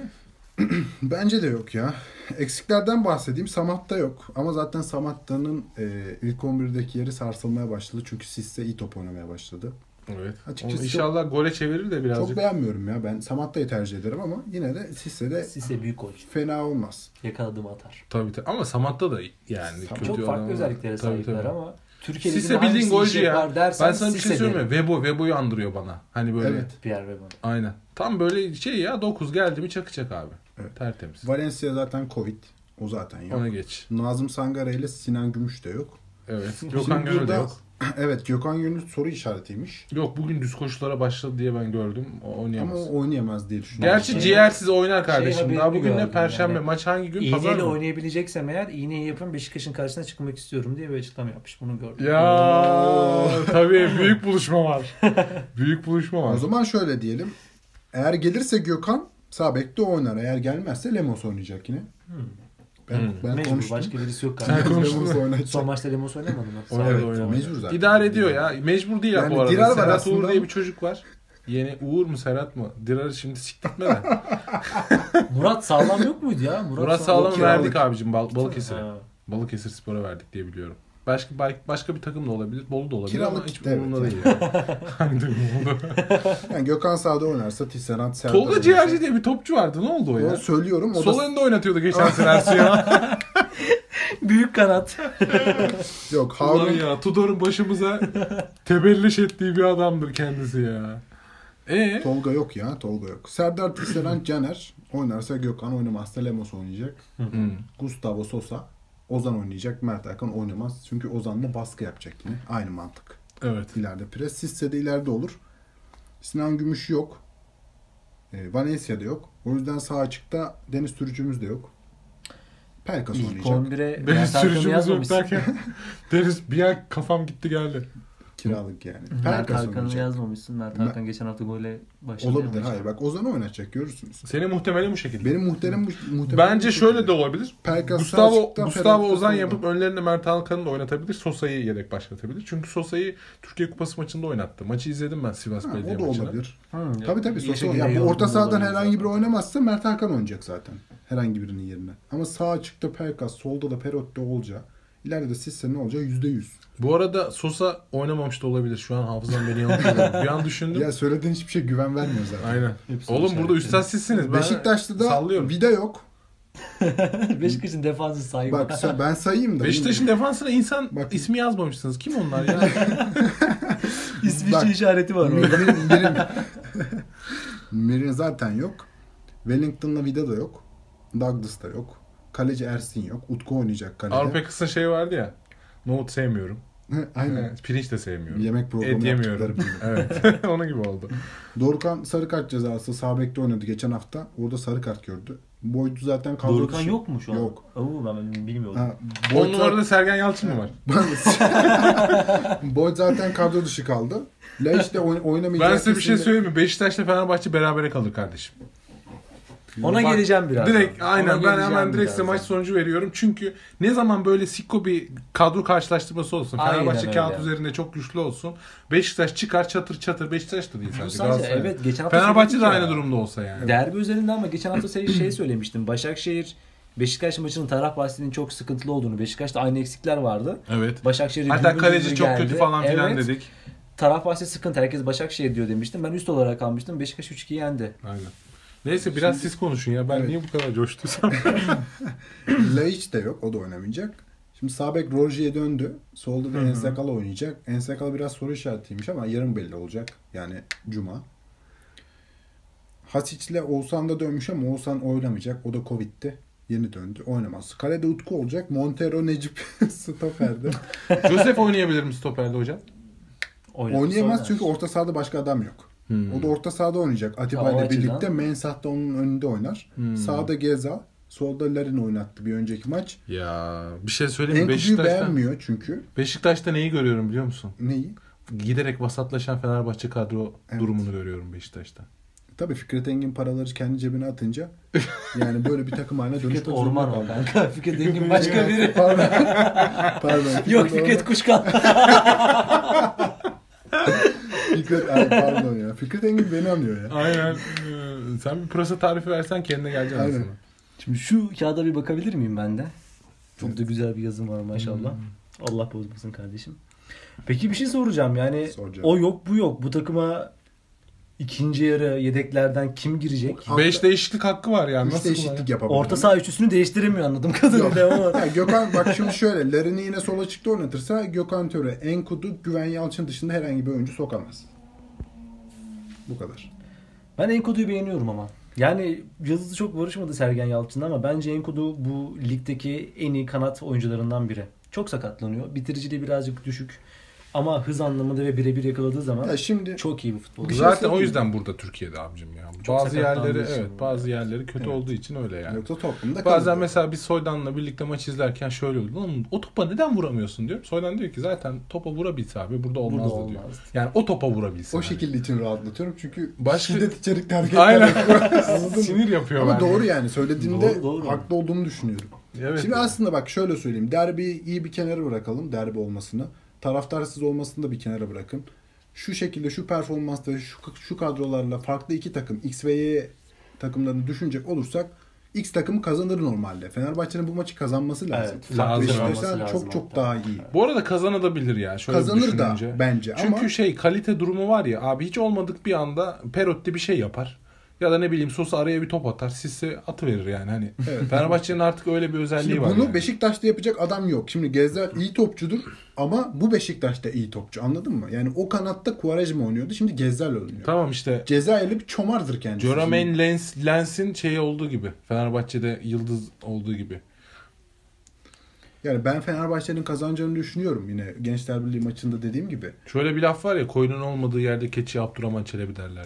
Bence de yok ya. Eksiklerden bahsedeyim. Samatta yok. Ama zaten Samatta'nın ilk 11'deki yeri sarsılmaya başladı. Çünkü Sisse iyi top oynamaya başladı. Evet. Açıkçası Onu inşallah gole çevirir de birazcık. çok beğenmiyorum ya. Ben Samatta'yı tercih ederim ama yine de Sisse'de Sisse büyük golcü. fena olmaz. Yakaladığımı atar. Tabii. Ama Samatta da yani kötü Çok farklı adam. özelliklere Tabii, sahipler tabii. ama Türkiye'de Sisse bildiğin golcü ya. Ben sana bir şey Sisse söyleyeyim mi? derim. Vebo'yu andırıyor bana. Hani böyle. Evet. Pierre Weber. Aynen. Tam böyle şey ya 9 geldi mi çakacak abi. Evet. Tertemiz. Valencia zaten Covid. O zaten yok. Ona geç. Nazım Sangare ile Sinan Gümüş de yok. Evet. Şimdi Gökhan Gönül de burada- yok. Evet, Gökhan Gönül soru işaretiymiş. Yok bugün düz koşulara başladı diye ben gördüm. O Ama oynayamaz. o oynayamaz diye düşünüyorum. Gerçi Şey- ciğersiz oynar kardeşim. haberini Daha bugün ne gördüm perşembe yani. maç hangi gün? Pazar İğneyle mı? oynayabileceksem eğer iğneyi yapın Beşiktaş'ın karşısına çıkmak istiyorum diye bir açıklama yapmış. Bunu gördüm. Ya tabii büyük buluşma var. Büyük buluşma var. O zaman şöyle diyelim. Eğer gelirse Gökhan sağ bekte oynar. Eğer gelmezse Lemos oynayacak yine. Ben Mecbur. konuştum. Başka birisi yok Sen kardeşim. konuştun Lemos mu? oynayacak. Son maçta Lemos oynamadı mı? Oynadı, Evet, oynadı. Mecbur zaten. İdare ediyor ya. Mecbur değil Yani bu arada. Dirar var Serhat aslında Uğur diye ama- bir çocuk var. Yeni Uğur mu Serhat mı? Dirar'ı şimdi siktirtme de. Murat Sağlam yok muydu ya? Murat Sağlam'ı kiralık. verdik abicim Balıkesir'e. Ha. Balıkesir Spor'a verdik diye biliyorum. Başka bir takım da olabilir. Bolu da olabilir Kiralık ama hiç gitti, evet. umurumda değil. Yani. Hangi takım oldu? Yani Gökhan sağda oynarsa Tisserand Serdar Tolga oynarsa- Ciğerci diye bir topçu vardı. Ne oldu o ya? Onu söylüyorum. O Sol da önde oynatıyordu geçen sene Ersun ya. Büyük kanat. yok. Ulan Harun ya Tudor'un başımıza tebelliş ettiği bir adamdır kendisi ya. Tolga yok ya. Tolga yok. Serdar Tisserand Caner oynarsa Gökhan, oynamazsa Lemos oynayacak. Gustavo Sosa, Ozan oynayacak. Mert Hakan oynamaz. Çünkü Ozan'la baskı yapacak yine. Aynı mantık. Evet. İleride pres. Sisse de ileride olur. Sinan Gümüş yok. Valencia'da yok. O yüzden sağ açıkta Deniz Türücümüz de yok. Pelkas İlk oynayacak. 11'e Deniz Mert Hakan'ı sürücümüz yok yazmamışsın. derken Deniz bir an kafam gitti geldi. Kiralık yani. Mert Pelkas Hakan'ı oynayacak. yazmamışsın. Mert Hakan geçen hafta golle başladı. Olabilir. ama Hayır bak Ozan oynatacak görürsünüz. Senin muhtemelen bu şekilde. Benim muhtemelen Bence bu şöyle şekilde. de olabilir. Pelkas Gustavo sağ açıkta, Ozan Ferhat yapıp önlerine Mert Hakan'ı da oynatabilir. Sosa'yı yedek başlatabilir. Çünkü Sosa'yı Türkiye Kupası maçında oynattı. Maçı izledim ben Sivas Ha, Belediye o da maçını. olabilir. Hı, Tabii Yaşa Sosa. göre Ya, bu yorgunluğu orta sahadan olabilir herhangi biri zaten. oynamazsa Mert Hakan oynayacak zaten. Herhangi birinin yerine. Ama sağ açıkta Pelkas, solda da Perotti olacak. İleride de Sisse ne olacak? %100. Bu arada Sosa oynamamış da olabilir. Şu an hafızam beni yanıltıyor. Bir an düşündüm. Ya söylediğin hiçbir şey güven vermiyor zaten. Aynen. Hepsini Oğlum burada işaretledim. üstad sizsiniz. Ben Beşiktaş'ta da sallıyorum. Vida yok. Beşiktaş'ın defansı sahibi. Bak ben sayayım da. Beşiktaş'ın defansına insan Bak- ismi yazmamışsınız. Kim onlar ya? İsviçre Bak- işareti var orada. Mirin zaten yok. Wellington'la Vida da yok. Douglas da yok. Kaleci Ersin yok. Utku oynayacak kalede. Avrupa kısa şey vardı ya. Nohut sevmiyorum. Aynen. Evet, pirinç de sevmiyorum. Yemek programı Et yemiyorum. yaptıkları Evet. Onun gibi oldu. Dorukhan sarı kart cezası sağ bekte oynadı geçen hafta. Orada sarı kart gördü. Boydu zaten kadro Dorukhan dışı. yok mu şu an? Yok. Oo, ben bilmiyordum. Ha, 10 Boyd, numarada Sergen Yalçın mı var? Boyd zaten kadro dışı kaldı. Laiç de oynamayacak. Ben size bir şey kesinlikle. söyleyeyim mi? Beşiktaş'la Fenerbahçe berabere kalır kardeşim. Ona Bak, geleceğim biraz. Direkt aynen Ona ben geleceğim hemen direkt size birazdan. maç sonucu veriyorum. Çünkü ne zaman böyle sikko bir kadro karşılaştırması olsun. Aynen Fenerbahçe öyle. kağıt üzerinde çok güçlü olsun. Beşiktaş çıkar çatır çatır. Beşiktaş da değil sadece. Sadece, Galatasaray. evet, geçen hafta Fenerbahçe de söyledik aynı ya. durumda olsa yani. Derbi özelinde ama geçen hafta şey söylemiştim. Başakşehir Beşiktaş maçının taraf bahsinin çok sıkıntılı olduğunu. Beşiktaş'ta aynı eksikler vardı. Evet. Başakşehir Hatta gümbür kaleci gümbür çok geldi. kötü falan filan Evet. dedik. Taraf bahsi sıkıntı. Herkes Başakşehir diyor demiştim. Ben üst olarak almıştım. Beşiktaş 3-2 yendi. Aynen. Neyse biraz siz konuşun ya. Ben Evet. niye bu kadar coştuysam. Laiç de yok. O da oynamayacak. Şimdi sağ bek Rozier döndü. Solda da Ensakal oynayacak. Ensakal biraz soru işaretiymiş ama yarın belli olacak. Yani Cuma. Hasic'le Oğuzhan da dönmüş ama Oğuzhan oynamayacak. O da Covid'ti. Yeni döndü. Oynamaz. Kalede Utku olacak. Montero, Necip stoperde. Josef oynayabilir mi stoperde hocam? Oynayamaz çünkü orta sahada başka adam yok. O da orta sahada oynayacak. Atiba ile birlikte. Mensah da onun önünde oynar. Sağda Geza. Solda Larin oynattı bir önceki maç. Ya bir şey söyleyeyim mi? Enkudu'yu beğenmiyor çünkü. Beşiktaş'ta neyi görüyorum biliyor musun? Neyi? Giderek vasatlaşan Fenerbahçe kadro durumunu görüyorum Beşiktaş'ta. Tabii Fikret Engin paraları kendi cebine atınca yani böyle bir takım haline dönüşmek Fikret Orman o kanka. Fikret Engin başka Yani, biri. Pardon. Yok Fikret Kuşkan. Pardon ya. Fikret Engin beni anlıyor ya. Aynen. Sen bir pırasa tarifi versen kendine geleceksin Aynen. aslında. Şimdi şu kağıda bir bakabilir miyim ben de? Çok da güzel bir yazım var maşallah. Allah bozmasın kardeşim. Peki bir şey soracağım. Yani Soracağım. o yok bu yok. Bu takıma ikinci yarı yedeklerden kim girecek? 5 değişiklik hakkı var yani. Üç Nasıl değişiklik yapabilir. Orta saha üçlüsünü değiştiremiyor anladığım kadarıyla ama. Ya Gökhan bak şimdi şöyle. Larin'i yine sola açıkta oynatırsa Gökhan Töre, Enkudu, Güven Yalçın dışında herhangi bir oyuncu sokamaz. Bu kadar. Ben Enkudu'yu beğeniyorum ama. Yani yazısı çok barışmadı Sergen Yalçın'la ama bence Enkudu bu ligdeki en iyi kanat oyuncularından biri. Çok sakatlanıyor. Bitiriciliği birazcık düşük. Ama hız anlamında ve birebir yakaladığı zaman Ya şimdi çok iyi bir futbolcu. Bir şey Zaten o söyleyeyim. yüzden burada Türkiye'de abicim ya. Çok Bazı sakatlandığı yerleri için. bazı yerleri kötü Evet. olduğu için öyle yani. yoksa toplumda Bazen kalıyor. mesela biz Soydan'la birlikte maç izlerken şöyle oldu. Oğlum o topa neden vuramıyorsun diyor. Soydan diyor ki zaten topa vurabilse abi burada olmazdı diyor. olmazdı. Yani o topa vurabilse. O yani. şekilde için rahatlatıyorum çünkü Başka- şiddet içerikli hareketler Aynen. yapıyor. Anladın mı? Sinir yapıyor Ama bence. doğru yani söylediğinde Doğru. haklı olduğunu düşünüyorum. Evet. Şimdi yani. aslında bak şöyle söyleyeyim. Derbiyi iyi bir kenara bırakalım. Derbi olmasını. Taraftarsız olmasını da bir kenara bırakın. Şu şekilde şu performansla şu kadrolarla farklı iki takım X ve Y takımlarını düşünecek olursak X takımı kazanır normalde. Fenerbahçe'nin bu maçı kazanması lazım. Evet, lazım. Beşiktaş'tan Olması lazım çok çok hatta. daha iyi. Bu arada kazanabilir ya. Şöyle bir Kazanır da düşününce. bence Çünkü ama kalite durumu var ya abi hiç olmadık bir anda Perotti bir şey yapar. Ya da ne bileyim Sosa araya bir top atar. Sisse atıverir yani. Hani Evet. Fenerbahçe'nin artık öyle bir özelliği şimdi var. bunu yani. Beşiktaş'ta yapacak adam yok. Şimdi Gezzal iyi topçudur ama bu Beşiktaş'ta iyi topçu. Anladın mı? Yani o kanatta Quaresma oynuyordu. Şimdi Gezzal oynuyor. Tamam işte Cezayirli bir çomardır kendisi. Jermaine Lens'in şeyi olduğu gibi. Fenerbahçe'de yıldız olduğu gibi. Yani ben Fenerbahçe'nin kazanacağını düşünüyorum yine Gençler Birliği maçında dediğim gibi. Şöyle bir laf var ya koyunun olmadığı yerde keçi Abdurrahman Çelebi derler.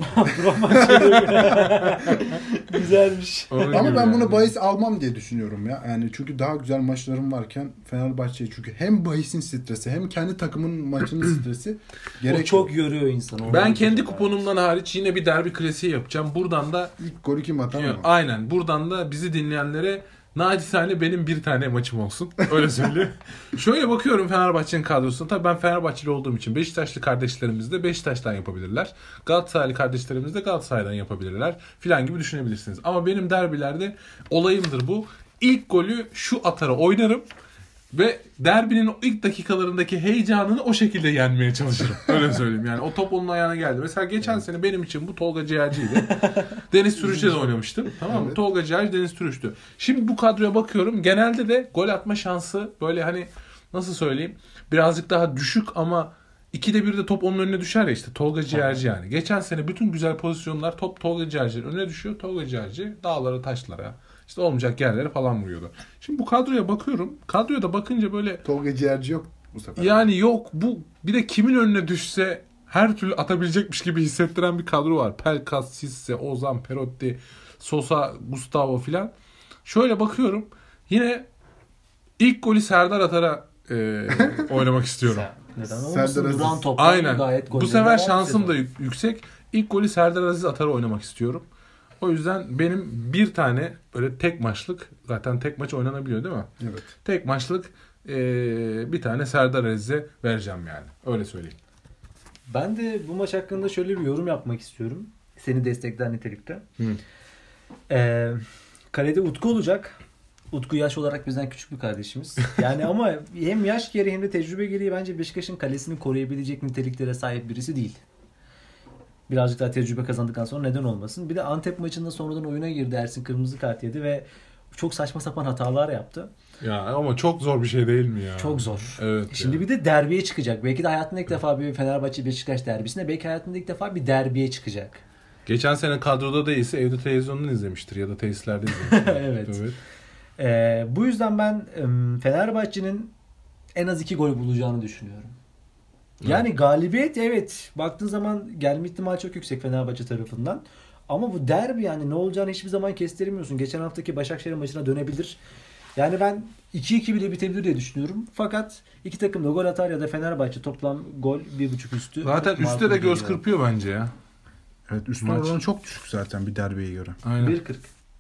Güzelmiş. Onun Ama gibi ben yani. buna bahis almam diye düşünüyorum ya. Yani çünkü daha güzel maçlarım varken Fenerbahçe'ye çünkü hem bahisin stresi hem kendi takımın maçının stresi O gerekiyor. çok yoruyor insanı. Ben kendi kuponumdan hariç yine bir derbi klasiği yapacağım. Buradan da İlk golü kim atar mı? aynen buradan da bizi dinleyenlere nacizane benim bir tane maçım olsun. Öyle söyleyeyim. Şöyle bakıyorum Fenerbahçe'nin kadrosuna. Tabii ben Fenerbahçeli olduğum için Beşiktaşlı kardeşlerimiz de Beşiktaş'tan yapabilirler. Galatasaraylı kardeşlerimiz de Galatasaray'dan yapabilirler. Filan gibi düşünebilirsiniz. Ama benim derbilerde olayımdır bu. İlk golü şu atara oynarım. Ve derbinin o ilk dakikalarındaki heyecanını o şekilde yenmeye çalışırım. Öyle söyleyeyim yani. O top onun ayağına geldi. Mesela geçen sene benim için bu Tolga Ciğerci'ydi. Deniz Türüç'le de oynamıştım. Tamam mı? Evet. Tolga Ciğerci, Deniz Türüç'tü. Şimdi bu kadroya bakıyorum. Genelde de gol atma şansı böyle hani nasıl söyleyeyim birazcık daha düşük ama 2'de 1'de top onun önüne düşer ya işte Tolga Ciğerci yani. Geçen sene bütün güzel pozisyonlar top Tolga Ciğerci'nin önüne düşüyor. Tolga Ciğerci dağlara taşlara işte olmayacak yerlere falan vuruyordu. Şimdi bu kadroya bakıyorum. Kadroya da bakınca böyle Tolga Ciğerci yok bu sefer. yani yok bu bir de kimin önüne düşse her türlü atabilecekmiş gibi hissettiren bir kadro var. Pelkas, Sisse, Ozan, Perotti, Sosa, Gustavo filan. Şöyle bakıyorum. Yine ilk golü Serdar Atar'a oynamak istiyorum. Neden Serdar olmasın? Aziz. Duran toplar Aynen. gayet Bu golleri sefer var şansım da sezon. yüksek. İlk golü Serdar Aziz Atar'a oynamak istiyorum. O yüzden benim bir tane böyle tek maçlık zaten tek maç oynanabiliyor değil mi? Evet. Tek maçlık bir tane Serdar Aziz'e vereceğim yani. Öyle söyleyeyim. Ben de bu maç hakkında şöyle bir yorum yapmak istiyorum. Seni destekler nitelikte. Kalede Utku olacak. Utku yaş olarak bizden küçük bir kardeşimiz. Yani ama hem yaş gereği hem de tecrübe gereği bence Beşiktaş'ın kalesini koruyabilecek niteliklere sahip birisi değil. Birazcık daha tecrübe kazandıktan sonra neden olmasın. Bir de Antep maçında sonradan oyuna girdi. Ersin kırmızı kart yedi ve çok saçma sapan hatalar yaptı. Ya ama çok zor bir şey değil mi ya? Çok zor. Evet. Şimdi ya. bir de derbiye çıkacak. Belki de hayatında ilk defa bir Fenerbahçe Beşiktaş derbisinde belki hayatında ilk defa bir derbiye çıkacak. Geçen sene kadroda değilse evde televizyondan izlemiştir ya da tesislerde izlemiştir. Evet. Evet. Bu yüzden ben Fenerbahçe'nin en az 2 gol bulacağını düşünüyorum. Yani galibiyet evet. Baktığın zaman gelme ihtimali çok yüksek Fenerbahçe tarafından. Ama bu derbi yani ne olacağını hiçbir zaman kestiremiyorsun. Geçen haftaki Başakşehir maçına dönebilir. Yani ben 2-2 bile bitebilir diye düşünüyorum. Fakat iki takım da gol atar ya da Fenerbahçe toplam gol 1.5 üstü. Zaten Makul üstte de göz geliyor. kırpıyor bence ya. Evet, üstün Maç. oranı çok düşük zaten bir derbiye göre. Aynen. 1.40.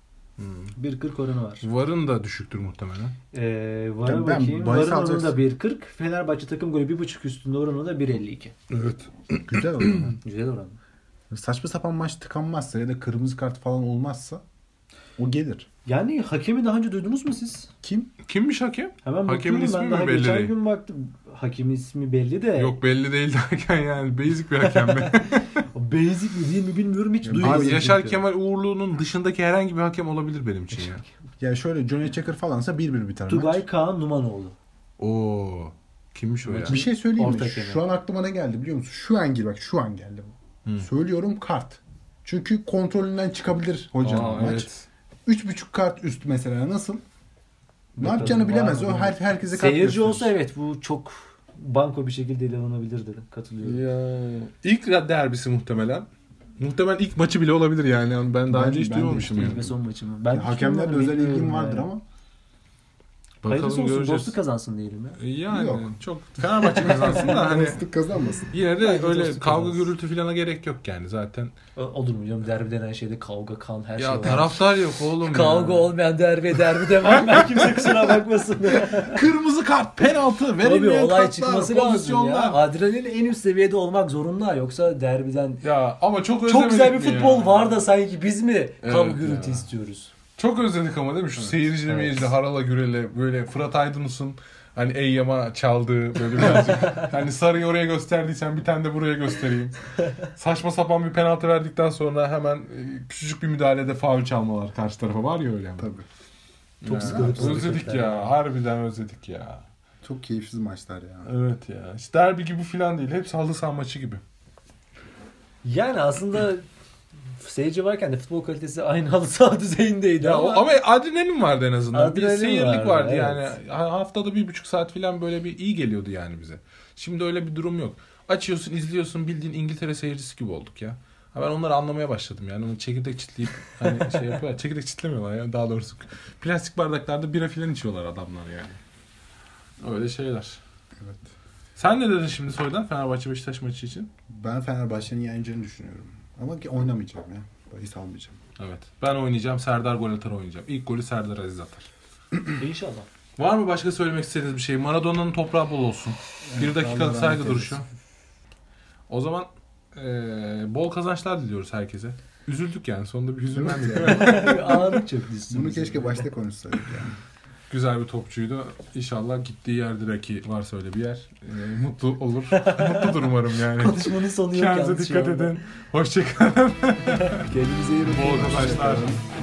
1.40 oranı var. VAR'ın da düşüktür muhtemelen. Var'a Ben bakayım. bahis Var'ın oranı da alacaksın. 1.40. Fenerbahçe takım golü 1.5 üstünde oranı da 1.52. Evet. Güzel o zaman. Güzel oran. Saçma sapan maç tıkanmazsa ya da kırmızı kart falan olmazsa o gelir. Yani hakemi daha önce duydunuz mu siz? Kim? Kimmiş hakem? Hemen Hakemin bakıyorum ismi ben mi daha belli geçen değil? gün baktım. Hakemin ismi belli de. Yok belli değil derken yani basic bir hakem mi? Basic mi değil mi bilmiyorum hiç duymadım. Abi Yaşar çünkü. Kemal Uğurlu'nun dışındaki herhangi bir hakem olabilir benim için ya. Ya şöyle Johnny Checker falansa 1-1 biter Tugay maç. Kaan Numanoğlu. Oo. Kimmiş o ya? Bir şey söyleyeyim mi? Orta kenar. Şu an aklıma ne geldi biliyor musun? Şu an bak şu an geldi bu. Söylüyorum kart. Çünkü kontrolünden çıkabilir hocanın Aa, maç. evet. 3.5 kart üst mesela nasıl? Ne Bakalım, yapacağını bilemez. var mı? O herkese kart Seyirci gösterir. olsa evet bu çok banko bir şekilde ele alınabilirdi. Katılıyorum. Ya. İlk derbisi muhtemelen. Muhtemelen ilk maçı bile olabilir yani. Ben daha Ben- önce hiç ben de duymamışım hiç yani. Ve son maçı mı? Ben Ya, hakemlerle özel ilgim vardır ama Hayırlısı Bakalım olsun. göreceğiz. Dostluk kazansın diyelim ya. Yani Yok. çok Fenerbahçe kazansın da hani dostluk kazanmasın. yine de Bence öyle dostluk kavga kazansın. gürültü falana gerek yok yani zaten. Olur mu canım? Derbi denen şeyde kavga, kan her şey Ya var. taraftar yok oğlum Kavga ya. olmayan derbi demem ben, kimse kusura bakmasın. Kırmızı kart, penaltı, Tabii verilmeyen olay kartlar, çıkması lazım pozisyonlar. ya. Adrenalin en üst seviyede olmak zorunda, yoksa derbiden Ya ama çok özlemedik çok güzel bir mi futbol ya? var da sanki biz mi Evet kavga gürültü ya. istiyoruz? Çok özledik ama değil mi? Şu seyircili Evet. meyircili harala gürele böyle Fırat Aydınus'un hani Eyyam'a çaldığı böyle birazcık hani sarıyı oraya gösterdiysen bir tane de buraya göstereyim. Saçma sapan bir penaltı verdikten sonra hemen küçücük bir müdahalede faul çalmalar karşı tarafa var ya öyle ama. Tabii. Çok Ya, sıkıntı. özledik ya. Harbiden özledik ya. Çok keyifsiz maçlar ya. Evet ya. İşte derbi gibi falan değil. Hepsi halı saha maçı gibi. Yani aslında seyirci varken de futbol kalitesi aynı halı saha düzeyindeydi Ya ama, ama adrenalin vardı en azından. Bir Adrenalin seyirlik vardı, vardı evet. yani. Haftada 1,5 saat falan böyle bir iyi geliyordu yani bize. Şimdi öyle bir durum yok. Açıyorsun, izliyorsun, bildiğin İngiltere seyircisi gibi olduk ya. Ha ben onları anlamaya başladım yani. Onu çekirdek çitleyip hani şey yapıyorlar. Çekirdek çitlemiyorlar ya daha doğrusu. Plastik bardaklarda bira falan içiyorlar adamlar yani. Öyle şeyler. Evet. Sen ne dedin şimdi soydan Fenerbahçe Beşiktaş maçı için? Ben Fenerbahçe'nin yeneceğini düşünüyorum. Ama ki oynamayacağım ya. Bahis almayacağım. Evet. Ben oynayacağım. Serdar gol atar oynayacağım. İlk golü Serdar Aziz atar. İnşallah. Var mı başka söylemek istediğiniz bir şey? Maradona'nın toprağı bol olsun. Bir dakikalık Allah saygı rahmet duruşu. eylesin. O zaman bol kazançlar diliyoruz herkese. Üzüldük yani. Sonunda bir hüzünlendik. Ağladık çok üstümüze. Bunu keşke başta konuşsaydık yani. Güzel bir topçuydu. İnşallah gittiği yerdir ki varsa öyle bir yer. Mutlu olur. Mutludur umarım yani. Konuşmanın sonu yok Kendinize yalnız şu dikkat anda. edin. Hoşçakalın. Kendinize iyi bakın. Bol kazançlar.